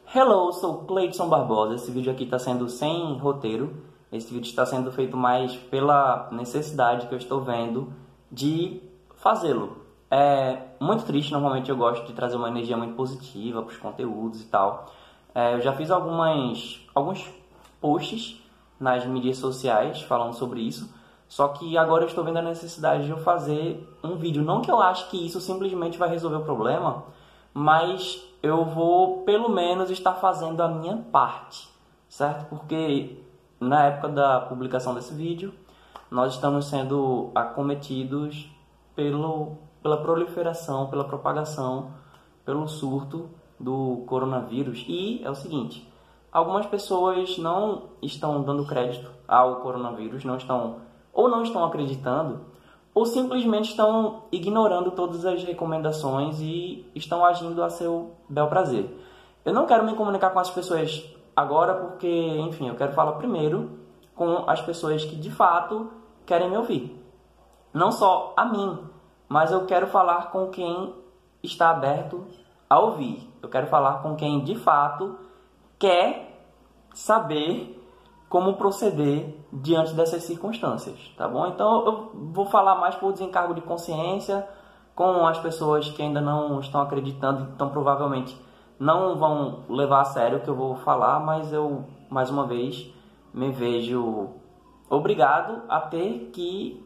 Hello, sou Cleidson Barbosa. Esse vídeo aqui está sendo sem roteiro. Esse vídeo está sendo feito mais pela necessidade que eu estou vendo de fazê-lo. É muito triste, normalmente eu gosto de trazer uma energia muito positiva para os conteúdos e tal. Eu já fiz alguns posts nas mídias sociais falando sobre isso. Só que agora eu estou vendo a necessidade de eu fazer um vídeo. Não que eu ache que isso simplesmente vai resolver o problema, mas eu vou pelo menos estar fazendo a minha parte, certo? Porque na época da publicação desse vídeo, nós estamos sendo acometidos pela proliferação, pela propagação, pelo surto do coronavírus. E é o seguinte, algumas pessoas não estão dando crédito ao coronavírus, não estão acreditando, ou simplesmente estão ignorando todas as recomendações e estão agindo a seu bel prazer. Eu não quero me comunicar com as pessoas agora porque, enfim, eu quero falar primeiro com as pessoas que de fato querem me ouvir. Não só a mim, mas eu quero falar com quem está aberto a ouvir. Eu quero falar com quem de fato quer saber como proceder diante dessas circunstâncias, tá bom? Então eu vou falar mais por desencargo de consciência com as pessoas que ainda não estão acreditando, então provavelmente não vão levar a sério o que eu vou falar, mas eu, mais uma vez, me vejo obrigado a ter que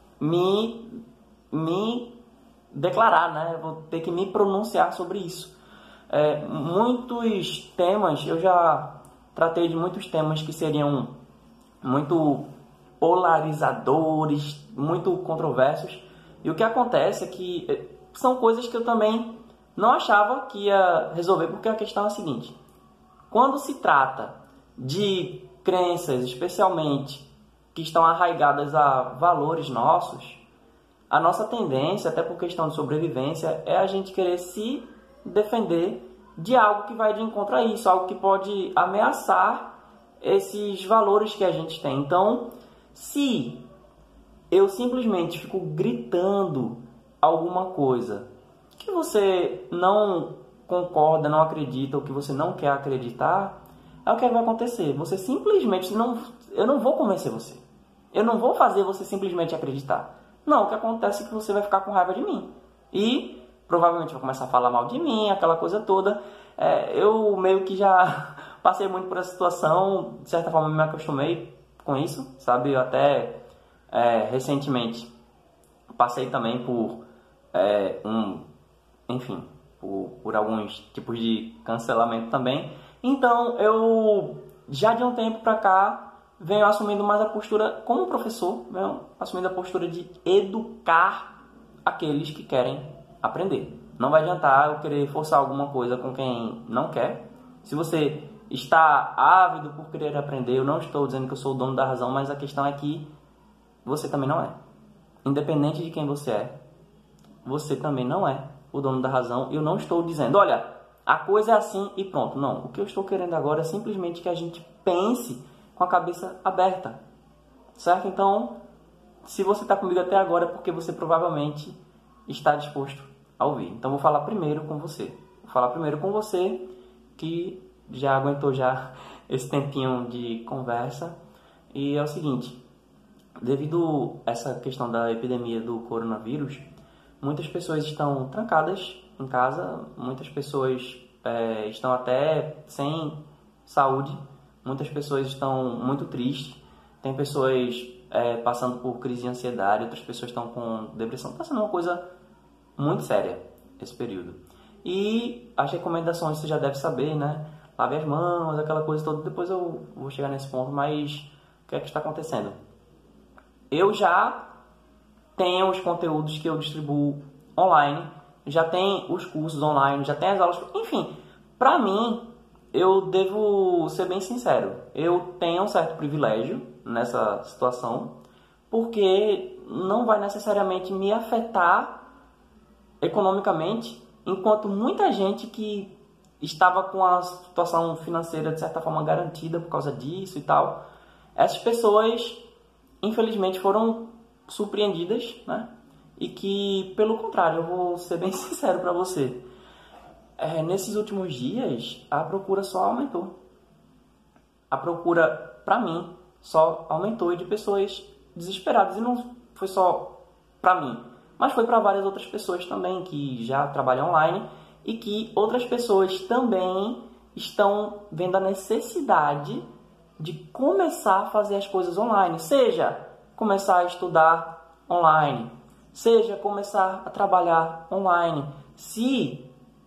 me declarar, né? Vou ter que me pronunciar sobre isso. Muitos temas, eu já tratei de muitos temas que seriam muito polarizadores, muito controversos. E o que acontece é que são coisas que eu também não achava que ia resolver, porque a questão é a seguinte. Quando se trata de crenças, especialmente, que estão arraigadas a valores nossos, a nossa tendência, até por questão de sobrevivência, é a gente querer se defender de algo que vai de encontro a isso, algo que pode ameaçar esses valores que a gente tem. Então, se eu simplesmente fico gritando alguma coisa que você não concorda, não acredita, ou que você não quer acreditar, é o que vai acontecer. Você simplesmente eu não vou convencer você. Eu não vou fazer você simplesmente acreditar. Não, o que acontece é que você vai ficar com raiva de mim. E provavelmente vai começar a falar mal de mim, aquela coisa toda. Eu meio que já passei muito por essa situação, de certa forma me acostumei com isso, sabe? Eu até recentemente passei também por por alguns tipos de cancelamento também. Então eu já de um tempo pra cá venho assumindo mais a postura como professor, venho assumindo a postura de educar aqueles que querem aprender. Não vai adiantar eu querer forçar alguma coisa com quem não quer. Se você está ávido por querer aprender, eu não estou dizendo que eu sou o dono da razão, mas a questão é que você também não é. Independente de quem você também não é o dono da razão. Eu não estou dizendo, olha, a coisa é assim e pronto. Não, o que eu estou querendo agora é simplesmente que a gente pense com a cabeça aberta, certo? Então, se você está comigo até agora é porque você provavelmente está disposto a ouvir. Então, vou falar primeiro com você. Vou falar primeiro com você que já aguentou já esse tempinho de conversa. E é o seguinte, devido a essa questão da epidemia do coronavírus, muitas pessoas estão trancadas em casa, muitas pessoas estão até sem saúde, muitas pessoas estão muito tristes, tem pessoas passando por crise de ansiedade, outras pessoas estão com depressão. Está sendo uma coisa muito séria esse período. E as recomendações você já deve saber, né? Lave as mãos, aquela coisa toda. Depois eu vou chegar nesse ponto, mas o que é que está acontecendo? Eu já tenho os conteúdos que eu distribuo online, já tem os cursos online, já tem as aulas. Enfim, para mim, eu devo ser bem sincero. Eu tenho um certo privilégio nessa situação, porque não vai necessariamente me afetar economicamente, enquanto muita gente que estava com a situação financeira de certa forma garantida por causa disso e tal, essas pessoas infelizmente foram surpreendidas, né? E que, pelo contrário, eu vou ser bem sincero para você, nesses últimos dias, a procura só aumentou. A procura, para mim, só aumentou e de pessoas desesperadas. E não foi só para mim, mas foi para várias outras pessoas também que já trabalham online e que outras pessoas também estão vendo a necessidade de começar a fazer as coisas online. Seja começar a estudar online, seja começar a trabalhar online. Se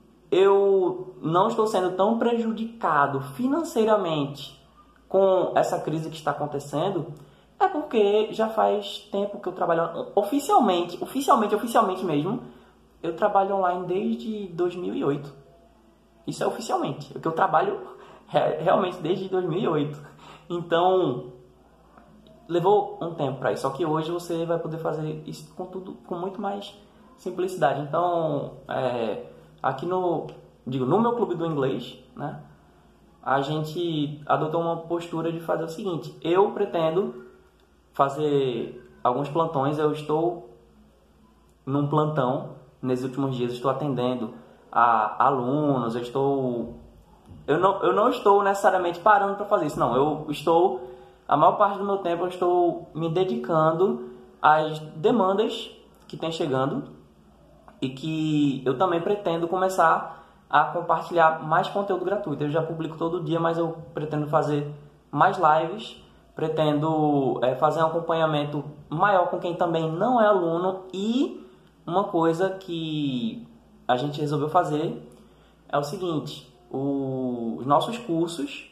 eu não estou sendo tão prejudicado financeiramente com essa crise que está acontecendo, é porque já faz tempo que eu trabalho oficialmente mesmo, eu trabalho online desde 2008. Isso é oficialmente, o que eu trabalho realmente desde 2008. Então, levou um tempo para isso, só que hoje você vai poder fazer isso com tudo, com muito mais simplicidade. Então, aqui no meu clube do inglês, né, a gente adotou uma postura de fazer o seguinte: eu pretendo fazer alguns plantões, eu estou num plantão nesses últimos dias, estou atendendo a alunos, eu não estou necessariamente parando para fazer isso, não, a maior parte do meu tempo eu estou me dedicando às demandas que tem chegando e que eu também pretendo começar a compartilhar mais conteúdo gratuito. Eu já publico todo dia, mas eu pretendo fazer mais lives, pretendo fazer um acompanhamento maior com quem também não é aluno. E uma coisa que a gente resolveu fazer é o seguinte: os nossos cursos,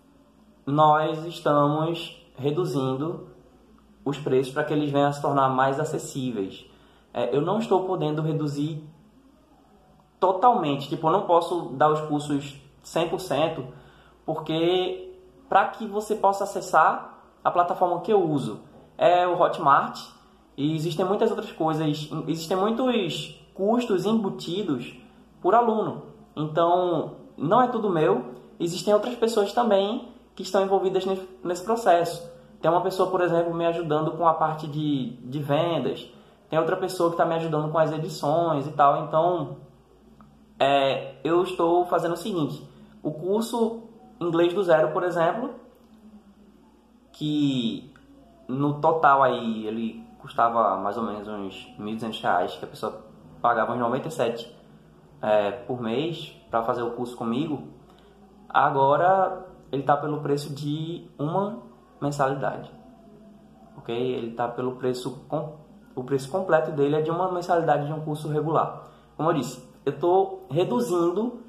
nós estamos reduzindo os preços para que eles venham a se tornar mais acessíveis. Eu não estou podendo reduzir totalmente, tipo, eu não posso dar os cursos 100%, porque para que você possa acessar a plataforma que eu uso é o Hotmart, e existem muitas outras coisas, existem muitos custos embutidos por aluno, então não é tudo meu, existem outras pessoas também que estão envolvidas nesse processo. Tem uma pessoa, por exemplo, me ajudando com a parte de vendas, tem outra pessoa que está me ajudando com as edições e tal. Então, eu estou fazendo o seguinte: o curso Inglês do Zero, por exemplo, que no total aí ele custava mais ou menos uns R$1.200, que a pessoa pagava uns 97 por mês para fazer o curso comigo, agora ele está pelo preço de uma mensalidade, ok? Ele está pelo preço, o preço completo dele é de uma mensalidade de um curso regular. Como eu disse, eu estou reduzindo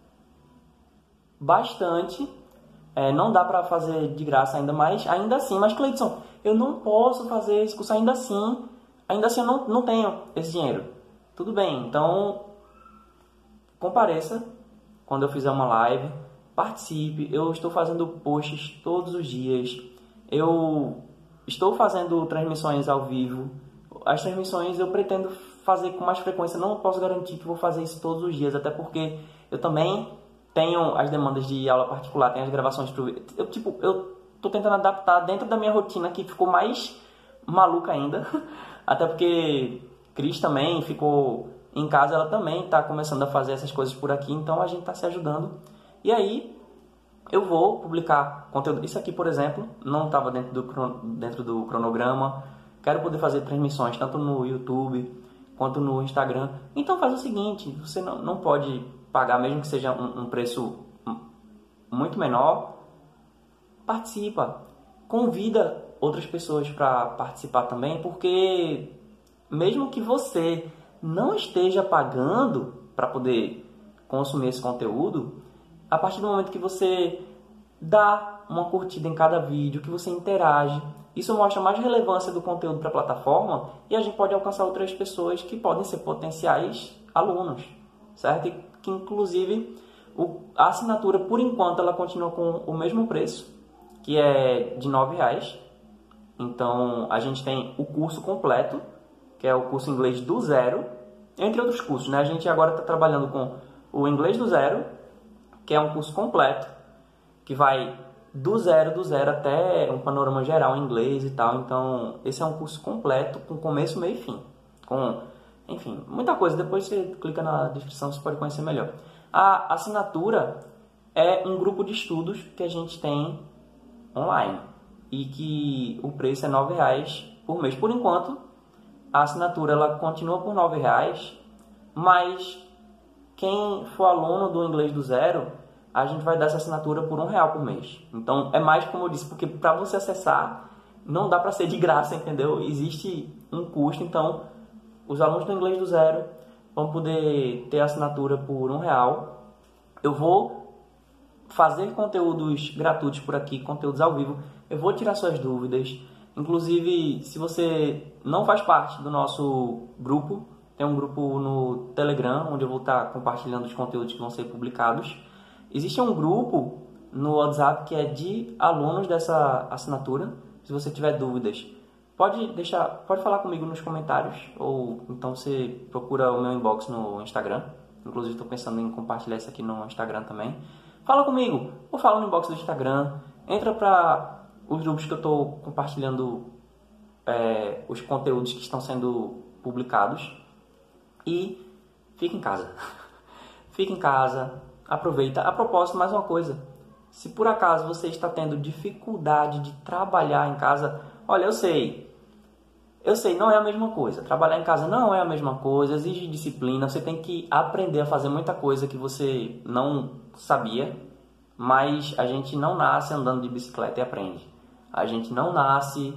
bastante, não dá para fazer de graça ainda assim, mas Cleiton, eu não posso fazer esse curso ainda assim eu não tenho esse dinheiro. Tudo bem, então compareça quando eu fizer uma live, participe. Eu estou fazendo posts todos os dias, eu estou fazendo transmissões ao vivo. As transmissões eu pretendo fazer com mais frequência, não posso garantir que vou fazer isso todos os dias, até porque eu também tenho as demandas de aula particular, tenho as gravações pro... eu tô tentando adaptar dentro da minha rotina, que ficou mais maluca ainda, até porque Cris também ficou em casa, ela também está começando a fazer essas coisas por aqui, então a gente está se ajudando. E aí eu vou publicar conteúdo. Isso aqui, por exemplo, não estava dentro do cronograma. Quero poder fazer transmissões tanto no YouTube quanto no Instagram. Então faz o seguinte: você não pode pagar, mesmo que seja um preço muito menor. Participa, convida outras pessoas para participar também, porque mesmo que você não esteja pagando para poder consumir esse conteúdo, a partir do momento que você dá uma curtida em cada vídeo, que você interage, isso mostra mais relevância do conteúdo para a plataforma e a gente pode alcançar outras pessoas que podem ser potenciais alunos, certo? E que inclusive a assinatura, por enquanto, ela continua com o mesmo preço, que é de R$9. Então a gente tem o curso completo, que é o curso Inglês do Zero, entre outros cursos, né? A gente agora está trabalhando com o Inglês do Zero, que é um curso completo, que vai do zero até um panorama geral em inglês e tal. Então, esse é um curso completo, com começo, meio e fim. Enfim, muita coisa. Depois você clica na descrição, você pode conhecer melhor. A assinatura é um grupo de estudos que a gente tem online e que o preço é R$ 9,00 por mês. Por enquanto, a assinatura ela continua por R$ 9,00, mas quem for aluno do Inglês do Zero, a gente vai dar essa assinatura por R$ 1,00 por mês. Então, é mais como eu disse, porque para você acessar, não dá para ser de graça, entendeu? Existe um custo, então os alunos do Inglês do Zero vão poder ter a assinatura por R$ 1,00. Eu vou fazer conteúdos gratuitos por aqui, conteúdos ao vivo. Eu vou tirar suas dúvidas. Inclusive, se você não faz parte do nosso grupo, tem um grupo no Telegram, onde eu vou estar compartilhando os conteúdos que vão ser publicados. Existe um grupo no WhatsApp que é de alunos dessa assinatura. Se você tiver dúvidas, pode falar comigo nos comentários, ou então você procura o meu inbox no Instagram. Inclusive, estou pensando em compartilhar isso aqui no Instagram também. Fala comigo, ou fala no inbox do Instagram. Entra para os grupos que eu estou compartilhando os conteúdos que estão sendo publicados. E fica em casa. Fica em casa, aproveita. A propósito, mais uma coisa. Se por acaso você está tendo dificuldade de trabalhar em casa, olha, eu sei, não é a mesma coisa. Trabalhar em casa não é a mesma coisa, exige disciplina, você tem que aprender a fazer muita coisa que você não sabia, mas a gente não nasce andando de bicicleta e aprende. A gente não nasce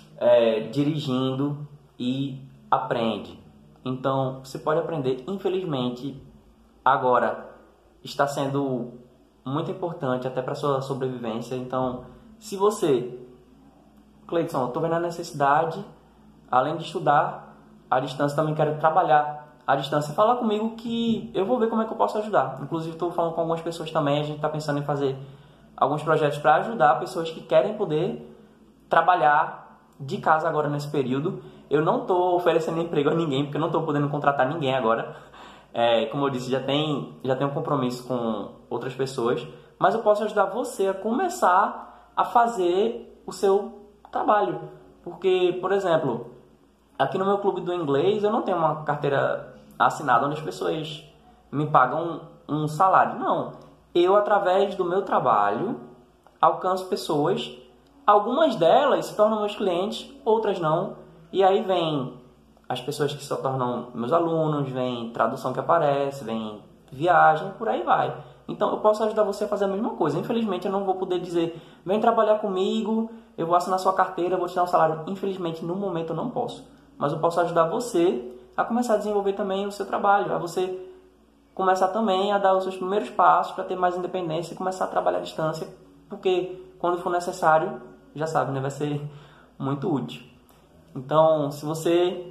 dirigindo e aprende. Então, você pode aprender, infelizmente, agora está sendo muito importante até para sua sobrevivência. Então, se você, Cleiton, eu estou vendo a necessidade, além de estudar à distância, também quero trabalhar à distância, fala comigo que eu vou ver como é que eu posso ajudar. Inclusive, estou falando com algumas pessoas também, a gente está pensando em fazer alguns projetos para ajudar pessoas que querem poder trabalhar de casa agora nesse período. Eu não estou oferecendo emprego a ninguém, porque eu não estou podendo contratar ninguém agora. Como eu disse, já tem um compromisso com outras pessoas, mas eu posso ajudar você a começar a fazer o seu trabalho. Porque, por exemplo, aqui no meu clube do inglês eu não tenho uma carteira assinada onde as pessoas me pagam um salário. Não, eu através do meu trabalho alcanço pessoas, algumas delas se tornam meus clientes, outras não, e aí vem as pessoas que se tornam meus alunos, vem tradução que aparece, vem viagem, por aí vai. Então, eu posso ajudar você a fazer a mesma coisa. Infelizmente, eu não vou poder dizer, vem trabalhar comigo, eu vou assinar sua carteira, eu vou te dar um salário. Infelizmente, no momento, eu não posso. Mas eu posso ajudar você a começar a desenvolver também o seu trabalho, a você começar também a dar os seus primeiros passos para ter mais independência e começar a trabalhar à distância, porque quando for necessário, já sabe, né, vai ser muito útil. Então, se você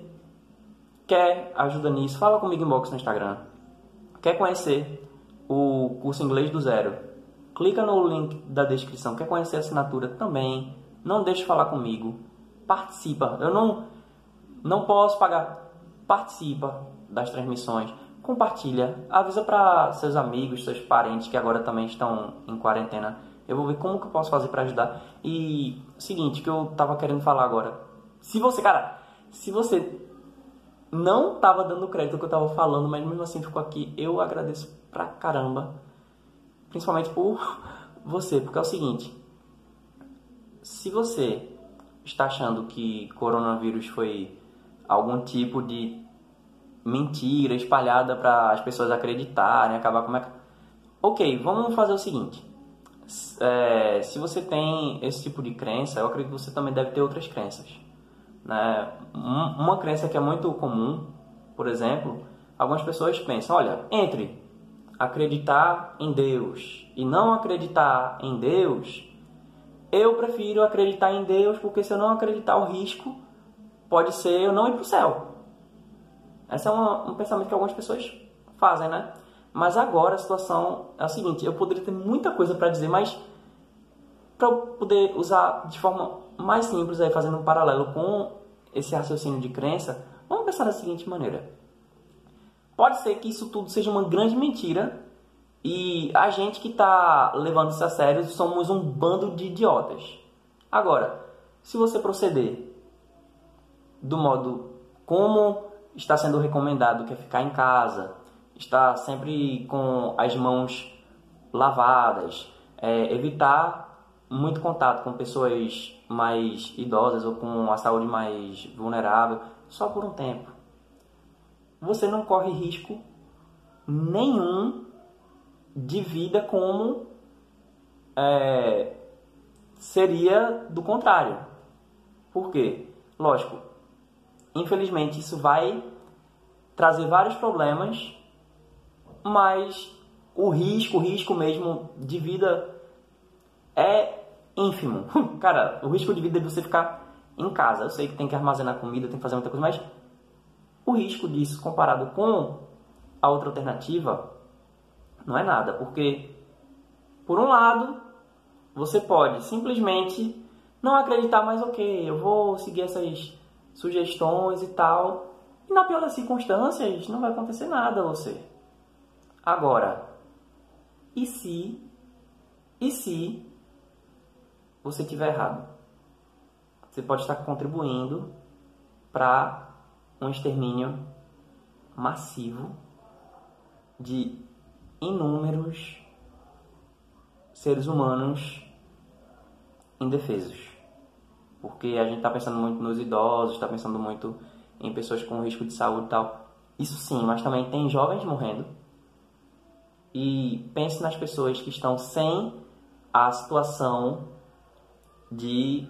quer ajuda nisso, fala comigo em inbox no Instagram. Quer conhecer o curso Inglês do Zero? Clica no link da descrição. Quer conhecer a assinatura também? Não deixe de falar comigo. Participa. Eu não posso pagar. Participa das transmissões. Compartilha. Avisa para seus amigos, seus parentes que agora também estão em quarentena. Eu vou ver como que eu posso fazer para ajudar. E seguinte, que eu tava querendo falar agora. Se você não estava dando crédito ao que eu estava falando, mas mesmo assim ficou aqui, eu agradeço pra caramba, principalmente por você, porque é o seguinte, se você está achando que coronavírus foi algum tipo de mentira espalhada para as pessoas acreditarem, acabar com... Ok, vamos fazer o seguinte, se você tem esse tipo de crença, eu acredito que você também deve ter outras crenças. Né? Uma crença que é muito comum, por exemplo, algumas pessoas pensam, olha, entre acreditar em Deus e não acreditar em Deus, eu prefiro acreditar em Deus, porque se eu não acreditar, o risco pode ser eu não ir para o céu. Esse é um pensamento que algumas pessoas fazem, né? Mas agora a situação é a seguinte, eu poderia ter muita coisa para dizer, mas para eu poder usar de forma mais simples, aí, fazendo um paralelo com esse raciocínio de crença, vamos pensar da seguinte maneira. Pode ser que isso tudo seja uma grande mentira e a gente que está levando isso a sério somos um bando de idiotas. Agora, se você proceder do modo como está sendo recomendado, que é ficar em casa, estar sempre com as mãos lavadas, evitar muito contato com pessoas mais idosas ou com a saúde mais vulnerável, só por um tempo. Você não corre risco nenhum de vida como seria do contrário. Por quê? Lógico, infelizmente isso vai trazer vários problemas, mas o risco mesmo de vida é ínfimo. Cara, o risco de vida de você ficar em casa, eu sei que tem que armazenar comida, tem que fazer muita coisa, mas o risco disso comparado com a outra alternativa não é nada, porque por um lado você pode simplesmente não acreditar, mas ok, eu vou seguir essas sugestões e tal, e na pior das circunstâncias não vai acontecer nada a você. Agora, e se você estiver errado? Você pode estar contribuindo para um extermínio massivo de inúmeros seres humanos indefesos. Porque a gente está pensando muito nos idosos, está pensando muito em pessoas com risco de saúde e tal. Isso sim, mas também tem jovens morrendo. E pense nas pessoas que estão sem a situação de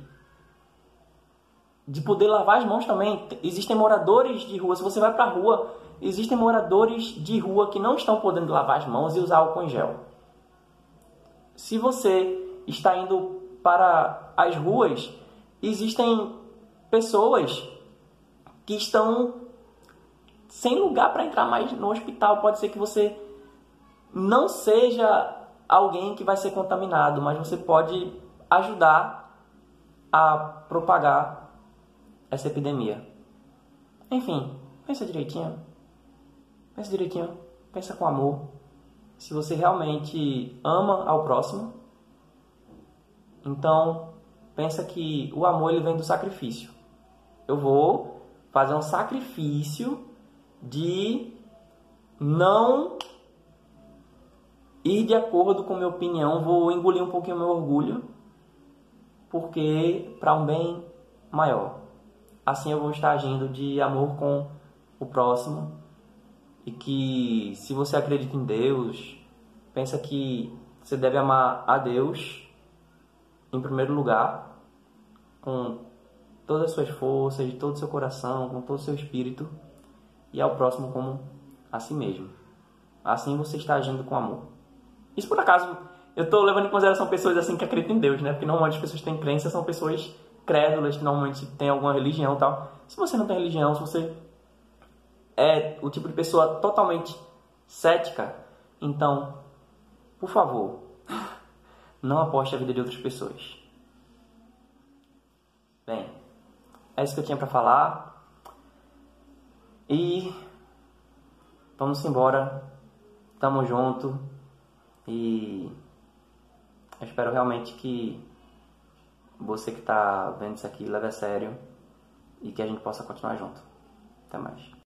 poder lavar as mãos também. Existem moradores de rua, se você vai para a rua, existem moradores de rua que não estão podendo lavar as mãos e usar álcool em gel. Se você está indo para as ruas, existem pessoas que estão sem lugar para entrar mais no hospital. Pode ser que você não seja alguém que vai ser contaminado, mas você pode ajudar a propagar essa epidemia. Enfim, pensa direitinho. Pensa com amor. Se você realmente ama ao próximo, então pensa que o amor ele vem do sacrifício. Eu vou fazer um sacrifício de não ir de acordo com minha opinião, vou engolir um pouquinho meu orgulho, porque para um bem maior. Assim eu vou estar agindo de amor com o próximo. E que se você acredita em Deus, pensa que você deve amar a Deus em primeiro lugar, com todas as suas forças, de todo o seu coração, com todo o seu espírito, e ao próximo como a si mesmo. Assim você está agindo com amor. Isso por acaso, eu estou levando em consideração pessoas assim que acreditam em Deus, né? Porque normalmente as pessoas que têm crença são pessoas crédulas, que normalmente têm alguma religião e tal. Se você não tem religião, se você é o tipo de pessoa totalmente cética, então, por favor, não aposte a vida de outras pessoas. Bem, é isso que eu tinha para falar. E vamos embora. Tamo junto. E eu espero realmente que você que está vendo isso aqui leve a sério e que a gente possa continuar junto. Até mais.